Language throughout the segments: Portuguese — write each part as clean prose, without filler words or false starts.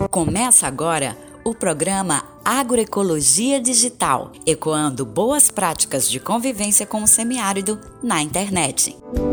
Começa agora o programa Agroecologia Digital, ecoando boas práticas de convivência com o semiárido na internet.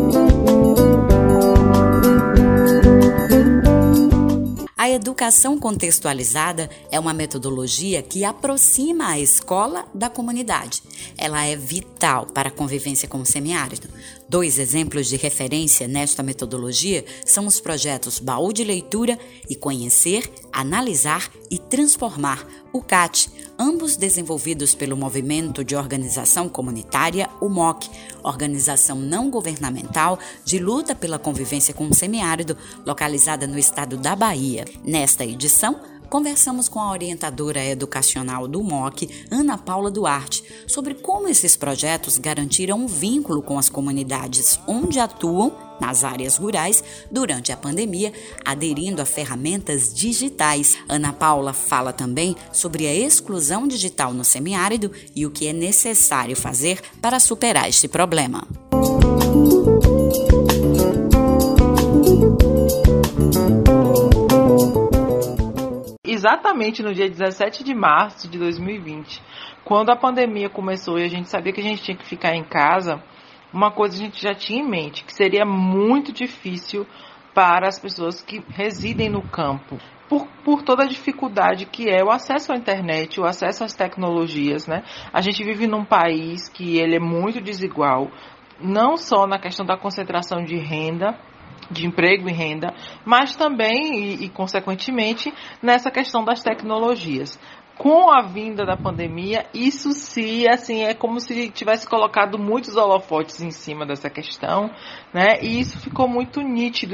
A educação contextualizada é uma metodologia que aproxima a escola da comunidade. Ela é vital para a convivência com o semiárido. 2 exemplos de referência nesta metodologia são os projetos Baú de Leitura e Conhecer, Analisar e Transformar, o CAT, ambos desenvolvidos pelo Movimento de Organização Comunitária, o MOC, organização não governamental de luta pela convivência com o semiárido, localizada no estado da Bahia. Nesta edição, conversamos com a orientadora educacional do MOC, Ana Paula Duarte, sobre como esses projetos garantiram um vínculo com as comunidades onde atuam, nas áreas rurais, durante a pandemia, aderindo a ferramentas digitais. Ana Paula fala também sobre a exclusão digital no semiárido e o que é necessário fazer para superar este problema. Exatamente no dia 17 de março de 2020, quando a pandemia começou e a gente sabia que a gente tinha que ficar em casa, uma coisa a gente já tinha em mente, que seria muito difícil para as pessoas que residem no campo, por toda a dificuldade que é o acesso à internet, o acesso às tecnologias, né? A gente vive num país que ele é muito desigual, não só na questão da concentração de renda, de emprego e renda, mas também e consequentemente nessa questão das tecnologias. Com a vinda da pandemia, isso sim, assim, é como se tivesse colocado muitos holofotes em cima dessa questão, né? E isso ficou muito nítido,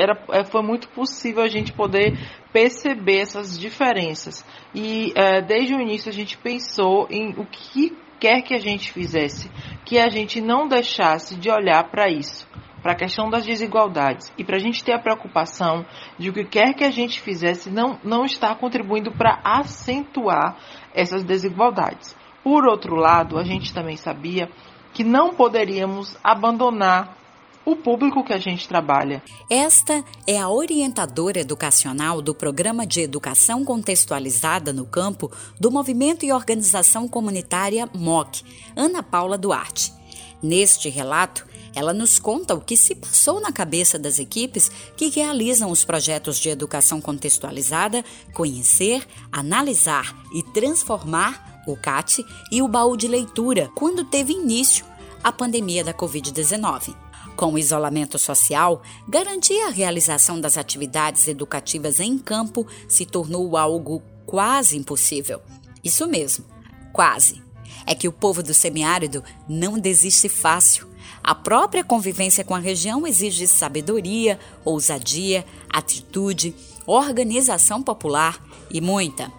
foi muito possível a gente poder perceber essas diferenças. E desde o início a gente pensou em o que quer que a gente fizesse, que a gente não deixasse de olhar para isso, para a questão das desigualdades e para a gente ter a preocupação de o que quer que a gente fizesse não está contribuindo para acentuar essas desigualdades. Por outro lado, a gente também sabia que não poderíamos abandonar o público que a gente trabalha. Esta é a orientadora educacional do Programa de Educação Contextualizada no Campo do Movimento e Organização Comunitária MOC, Ana Paula Duarte. Neste relato, ela nos conta o que se passou na cabeça das equipes que realizam os projetos de educação contextualizada, Conhecer, Analisar e Transformar, o CAT, e o Baú de Leitura, quando teve início a pandemia da Covid-19. Com o isolamento social, garantir a realização das atividades educativas em campo se tornou algo quase impossível. Isso mesmo, quase. É que o povo do semiárido não desiste fácil. A própria convivência com a região exige sabedoria, ousadia, atitude, organização popular e muita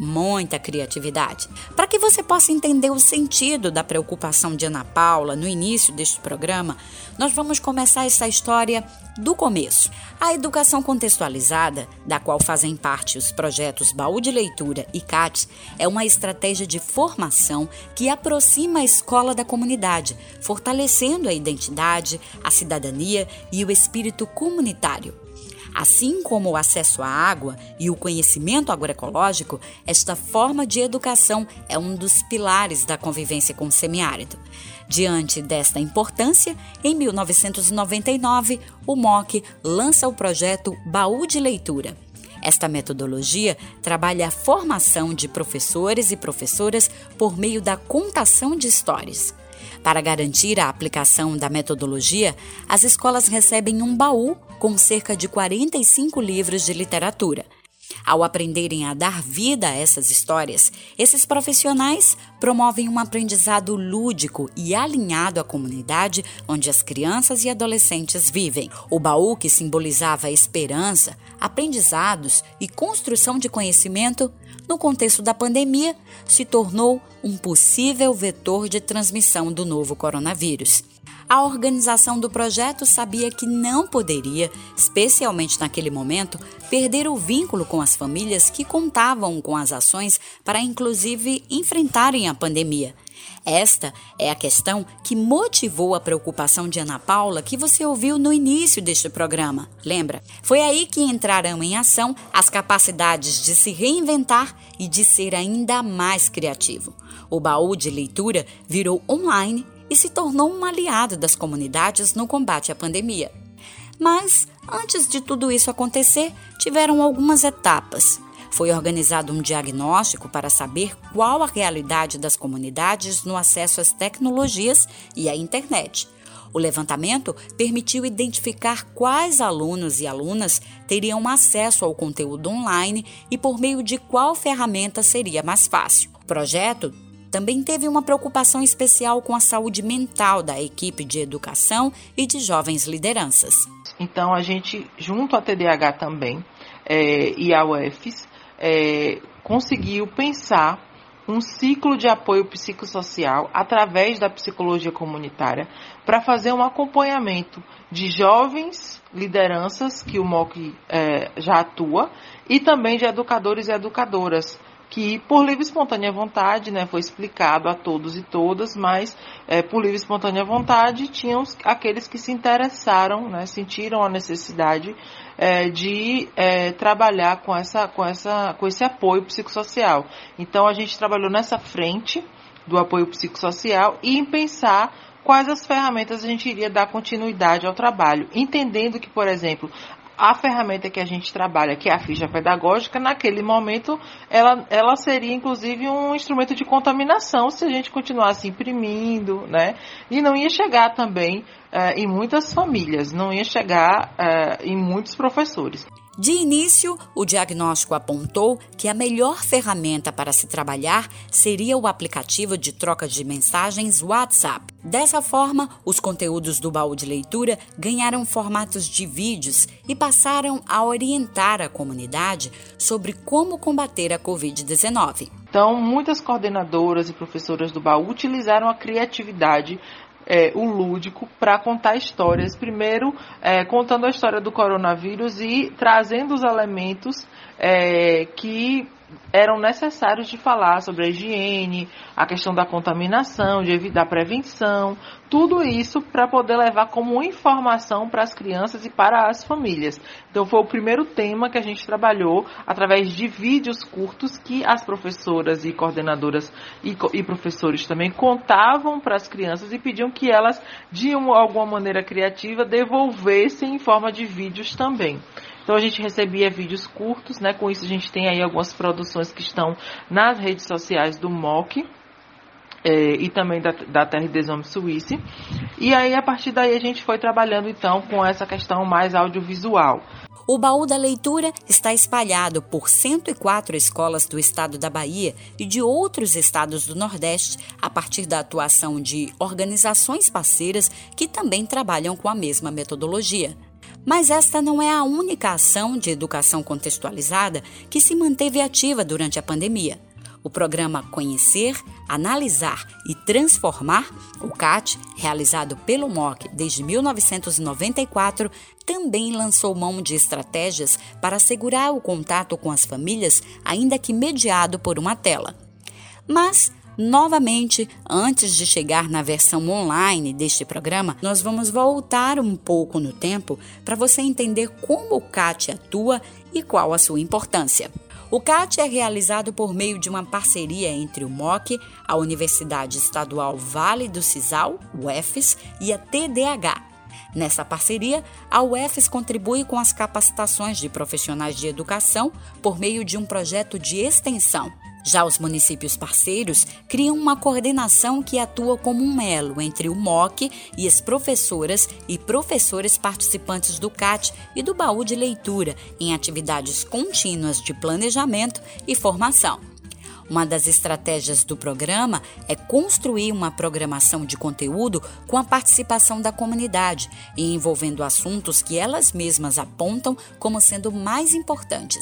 criatividade. Para que você possa entender o sentido da preocupação de Ana Paula no início deste programa, nós vamos começar essa história do começo. A educação contextualizada, da qual fazem parte os projetos Baú de Leitura e CAT, é uma estratégia de formação que aproxima a escola da comunidade, fortalecendo a identidade, a cidadania e o espírito comunitário. Assim como o acesso à água e o conhecimento agroecológico, esta forma de educação é um dos pilares da convivência com o semiárido. Diante desta importância, em 1999, o MOC lança o projeto Baú de Leitura. Esta metodologia trabalha a formação de professores e professoras por meio da contação de histórias. Para garantir a aplicação da metodologia, as escolas recebem um baú com cerca de 45 livros de literatura. Ao aprenderem a dar vida a essas histórias, esses profissionais promovem um aprendizado lúdico e alinhado à comunidade onde as crianças e adolescentes vivem. O baú, que simbolizava esperança, aprendizados e construção de conhecimento, no contexto da pandemia, se tornou um possível vetor de transmissão do novo coronavírus. A organização do projeto sabia que não poderia, especialmente naquele momento, perder o vínculo com as famílias que contavam com as ações para, inclusive, enfrentarem a pandemia. Esta é a questão que motivou a preocupação de Ana Paula que você ouviu no início deste programa, lembra? Foi aí que entraram em ação as capacidades de se reinventar e de ser ainda mais criativo. O baú de leitura virou online e se tornou um aliado das comunidades no combate à pandemia. Mas, antes de tudo isso acontecer, tiveram algumas etapas. Foi organizado um diagnóstico para saber qual a realidade das comunidades no acesso às tecnologias e à internet. O levantamento permitiu identificar quais alunos e alunas teriam acesso ao conteúdo online e por meio de qual ferramenta seria mais fácil. O projeto também teve uma preocupação especial com a saúde mental da equipe de educação e de jovens lideranças. Então, a gente, junto à TDAH também e à UFES, conseguiu pensar um ciclo de apoio psicossocial através da psicologia comunitária para fazer um acompanhamento de jovens lideranças que o MOC já atua e também de educadores e educadoras que por livre e espontânea vontade, foi explicado a todos e todas, mas por livre e espontânea vontade tinham aqueles que se interessaram, sentiram a necessidade de trabalhar com esse apoio psicossocial. Então a gente trabalhou nessa frente do apoio psicossocial e em pensar quais as ferramentas a gente iria dar continuidade ao trabalho, entendendo que, por exemplo, a ferramenta que a gente trabalha, que é a ficha pedagógica, naquele momento, ela seria, inclusive, um instrumento de contaminação se a gente continuasse imprimindo, E não ia chegar também em muitas famílias, não ia chegar em muitos professores. De início, o diagnóstico apontou que a melhor ferramenta para se trabalhar seria o aplicativo de troca de mensagens WhatsApp. Dessa forma, os conteúdos do baú de leitura ganharam formatos de vídeos e passaram a orientar a comunidade sobre como combater a Covid-19. Então, muitas coordenadoras e professoras do baú utilizaram a criatividade, o lúdico, para contar histórias. Primeiro, contando a história do coronavírus e trazendo os elementos que eram necessários de falar sobre a higiene, a questão da contaminação, da prevenção, tudo isso para poder levar como informação para as crianças e para as famílias. Então foi o primeiro tema que a gente trabalhou através de vídeos curtos que as professoras e coordenadoras e professores também contavam para as crianças e pediam que elas, de alguma maneira criativa, devolvessem em forma de vídeos também. Então a gente recebia vídeos curtos, com isso a gente tem aí algumas produções que estão nas redes sociais do MOC e também da Terre des Hommes Suisse. E aí a partir daí a gente foi trabalhando então com essa questão mais audiovisual. O baú da leitura está espalhado por 104 escolas do estado da Bahia e de outros estados do Nordeste, a partir da atuação de organizações parceiras que também trabalham com a mesma metodologia. Mas esta não é a única ação de educação contextualizada que se manteve ativa durante a pandemia. O programa Conhecer, Analisar e Transformar, o CAT, realizado pelo MOC desde 1994, também lançou mão de estratégias para assegurar o contato com as famílias, ainda que mediado por uma tela. Mas, novamente, antes de chegar na versão online deste programa, nós vamos voltar um pouco no tempo para você entender como o CAT atua e qual a sua importância. O CAT é realizado por meio de uma parceria entre o MOC, a Universidade Estadual Vale do Sisal, UFES, e a TDAH. Nessa parceria, a UFES contribui com as capacitações de profissionais de educação por meio de um projeto de extensão. Já os municípios parceiros criam uma coordenação que atua como um elo entre o MOC e as professoras e professores participantes do CAT e do baú de leitura em atividades contínuas de planejamento e formação. Uma das estratégias do programa é construir uma programação de conteúdo com a participação da comunidade e envolvendo assuntos que elas mesmas apontam como sendo mais importantes.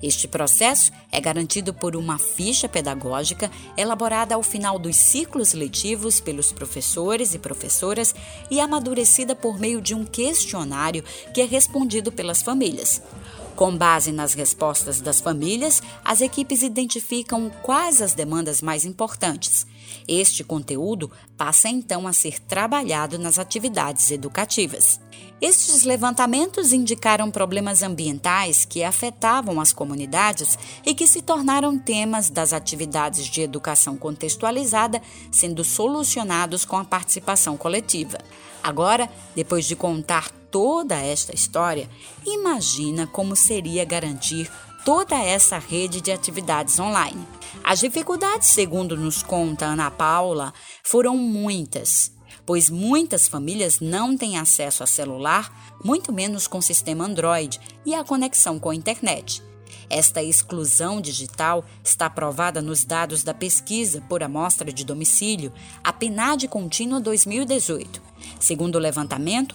Este processo é garantido por uma ficha pedagógica elaborada ao final dos ciclos letivos pelos professores e professoras e amadurecida por meio de um questionário que é respondido pelas famílias. Com base nas respostas das famílias, as equipes identificam quais as demandas mais importantes. Este conteúdo passa então a ser trabalhado nas atividades educativas. Estes levantamentos indicaram problemas ambientais que afetavam as comunidades e que se tornaram temas das atividades de educação contextualizada, sendo solucionados com a participação coletiva. Agora, depois de contar toda esta história, imagina como seria garantir toda essa rede de atividades online. As dificuldades, segundo nos conta Ana Paula, foram muitas, pois muitas famílias não têm acesso a celular, muito menos com sistema Android e a conexão com a internet. Esta exclusão digital está provada nos dados da pesquisa por amostra de domicílio, a PNAD Contínua 2018. Segundo o levantamento,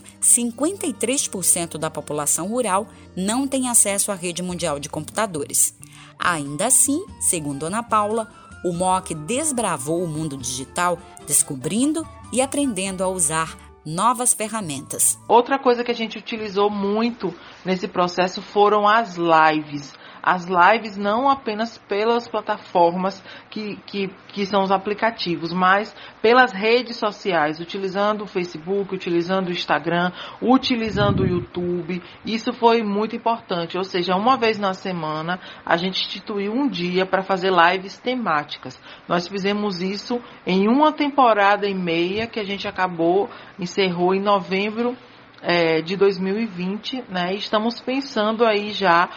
53% da população rural não tem acesso à rede mundial de computadores. Ainda assim, segundo Ana Paula, o MOC desbravou o mundo digital, descobrindo e aprendendo a usar novas ferramentas. Outra coisa que a gente utilizou muito nesse processo foram as lives. As lives não apenas pelas plataformas que são os aplicativos, mas pelas redes sociais, utilizando o Facebook, utilizando o Instagram, utilizando o YouTube. Isso foi muito importante, ou seja, uma vez na semana a gente instituiu um dia para fazer lives temáticas. Nós fizemos isso em uma temporada e meia que a gente encerrou em novembro de 2020, né? E estamos pensando aí já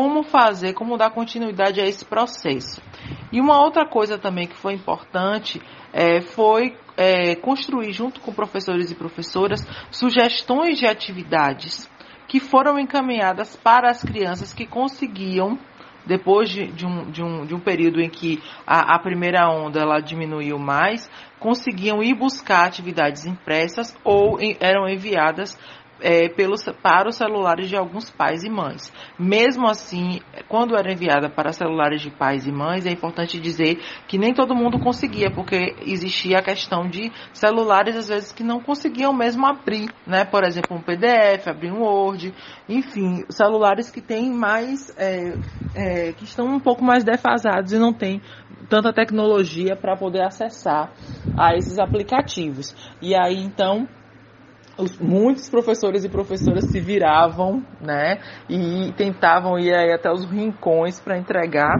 como dar continuidade a esse processo. E uma outra coisa também que foi importante foi construir, junto com professores e professoras, sugestões de atividades que foram encaminhadas para as crianças que conseguiam, depois de um período em que a primeira onda ela diminuiu mais, conseguiam ir buscar atividades impressas ou eram enviadas para os celulares de alguns pais e mães. Mesmo assim, quando era enviada para celulares de pais e mães, é importante dizer que nem todo mundo conseguia, porque existia a questão de celulares, às vezes, que não conseguiam mesmo abrir, né? Por exemplo, um PDF, abrir um Word, enfim, celulares que têm mais, que estão um pouco mais defasados e não têm tanta tecnologia para poder acessar a esses aplicativos. E aí, então, muitos professores e professoras se viravam, né, e tentavam ir aí até os rincões para entregar.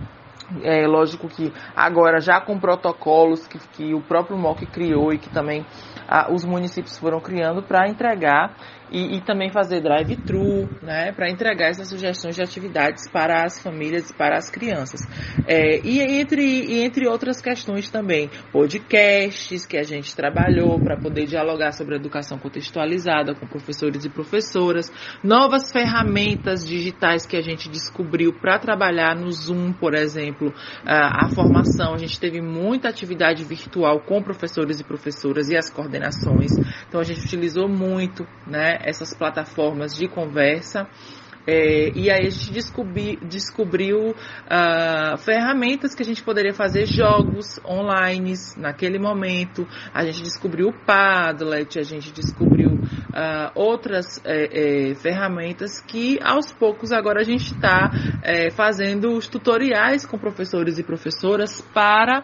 Lógico que agora já com protocolos que o próprio MOC criou e que também os municípios foram criando para entregar e também fazer drive-thru, né, para entregar essas sugestões de atividades para as famílias e para as crianças. E entre outras questões também, podcasts que a gente trabalhou para poder dialogar sobre a educação contextualizada com professores e professoras, novas ferramentas digitais que a gente descobriu para trabalhar no Zoom, por exemplo, a formação. A gente teve muita atividade virtual com professores e professoras e as coordenações, então a gente utilizou muito, né, essas plataformas de conversa, e aí a gente descobriu ferramentas que a gente poderia fazer jogos online naquele momento. A gente descobriu o Padlet, a gente descobriu outras ferramentas que aos poucos agora a gente está fazendo os tutoriais com professores e professoras para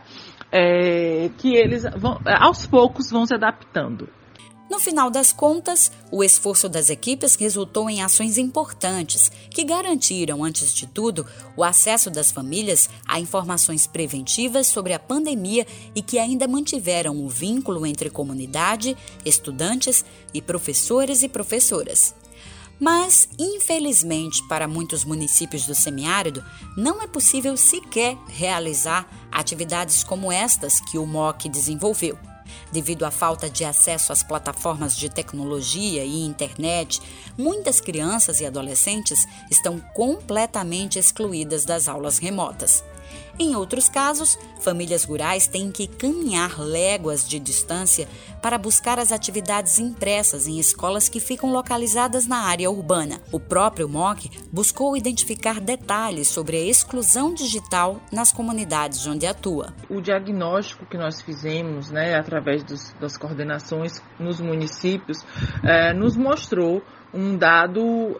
que eles aos poucos vão se adaptando. No final das contas, o esforço das equipes resultou em ações importantes que garantiram, antes de tudo, o acesso das famílias a informações preventivas sobre a pandemia e que ainda mantiveram o vínculo entre comunidade, estudantes e professores e professoras. Mas, infelizmente, para muitos municípios do semiárido, não é possível sequer realizar atividades como estas que o MOC desenvolveu. Devido à falta de acesso às plataformas de tecnologia e internet, muitas crianças e adolescentes estão completamente excluídas das aulas remotas. Em outros casos, famílias rurais têm que caminhar léguas de distância para buscar as atividades impressas em escolas que ficam localizadas na área urbana. O próprio MOC buscou identificar detalhes sobre a exclusão digital nas comunidades onde atua. O diagnóstico que nós fizemos, através das coordenações nos municípios, nos mostrou um dado,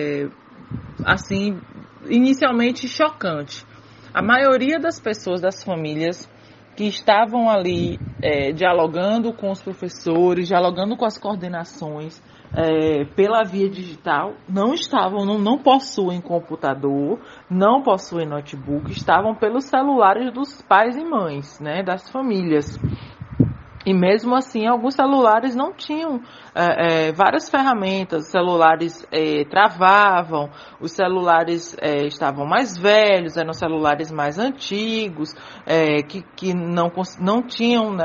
inicialmente chocante. A maioria das pessoas, das famílias que estavam ali dialogando com os professores, dialogando com as coordenações pela via digital, não possuem computador, não possuem notebook, estavam pelos celulares dos pais e mães, das famílias. E mesmo assim, alguns celulares não tinham várias ferramentas, os celulares travavam, os celulares estavam mais velhos, eram celulares mais antigos, que não tinham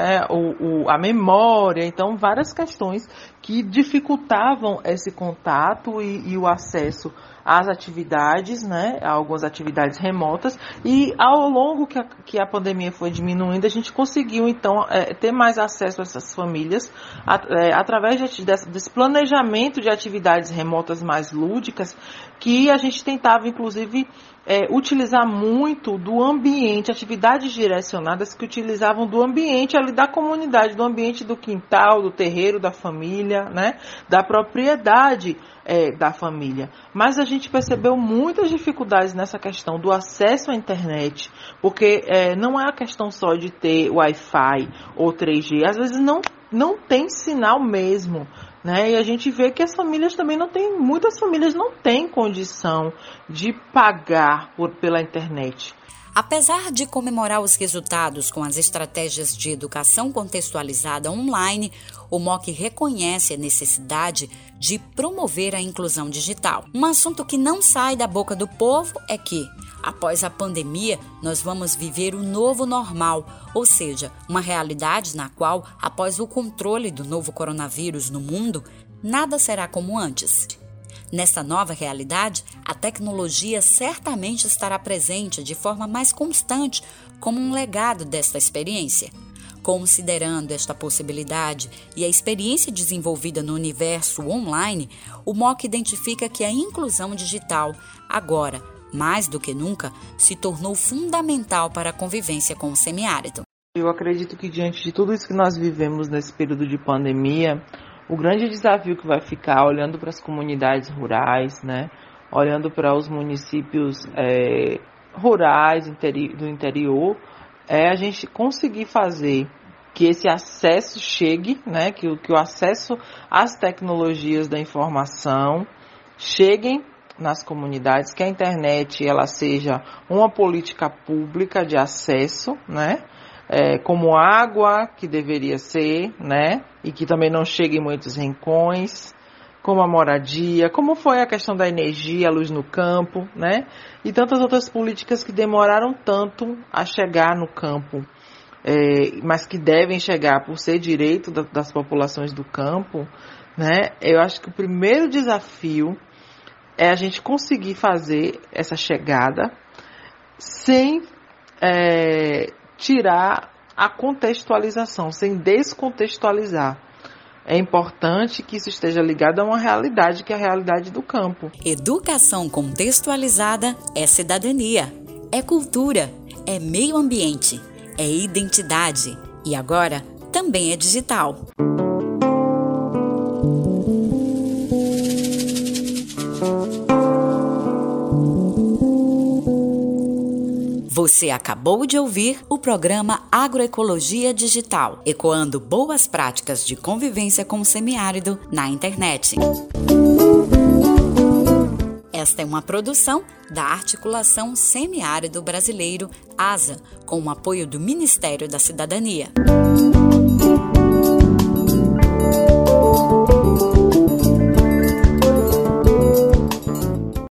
a memória, então várias questões que dificultavam esse contato e o acesso às atividades, a algumas atividades remotas, e ao longo que a pandemia foi diminuindo, a gente conseguiu então ter mais acesso a essas famílias através desse planejamento de atividades remotas mais lúdicas, que a gente tentava inclusive utilizar muito do ambiente, atividades direcionadas que utilizavam do ambiente ali da comunidade, do ambiente do quintal, do terreiro da família, da propriedade da família. Mas a gente percebeu muitas dificuldades nessa questão do acesso à internet, porque não é a questão só de ter Wi-Fi ou 3G, às vezes não tem sinal mesmo. E a gente vê que as famílias também muitas famílias não têm condição de pagar pela internet. Apesar de comemorar os resultados com as estratégias de educação contextualizada online, o MOC reconhece a necessidade de promover a inclusão digital. Um assunto que não sai da boca do povo é que, após a pandemia, nós vamos viver o novo normal, ou seja, uma realidade na qual, após o controle do novo coronavírus no mundo, nada será como antes. Nessa nova realidade, a tecnologia certamente estará presente de forma mais constante como um legado desta experiência. Considerando esta possibilidade e a experiência desenvolvida no universo online, o MOC identifica que a inclusão digital, agora, mais do que nunca, se tornou fundamental para a convivência com o semiárido. Eu acredito que diante de tudo isso que nós vivemos nesse período de pandemia, o grande desafio que vai ficar olhando para as comunidades rurais, olhando para os municípios rurais do interior, é a gente conseguir fazer que esse acesso chegue, que o acesso às tecnologias da informação cheguem nas comunidades, que a internet ela seja uma política pública de acesso, como água, que deveria ser, e que também não chega em muitos rincões, como a moradia, como foi a questão da energia, a luz no campo, e tantas outras políticas que demoraram tanto a chegar no campo, mas que devem chegar por ser direito das populações do campo, Eu acho que o primeiro desafio é a gente conseguir fazer essa chegada sem tirar a contextualização, sem descontextualizar. É importante que isso esteja ligado a uma realidade, que é a realidade do campo. Educação contextualizada é cidadania, é cultura, é meio ambiente, é identidade e agora também é digital. Você acabou de ouvir o programa Agroecologia Digital, ecoando boas práticas de convivência com o semiárido na internet. Esta é uma produção da Articulação Semiárido Brasileiro, ASA, com o apoio do Ministério da Cidadania.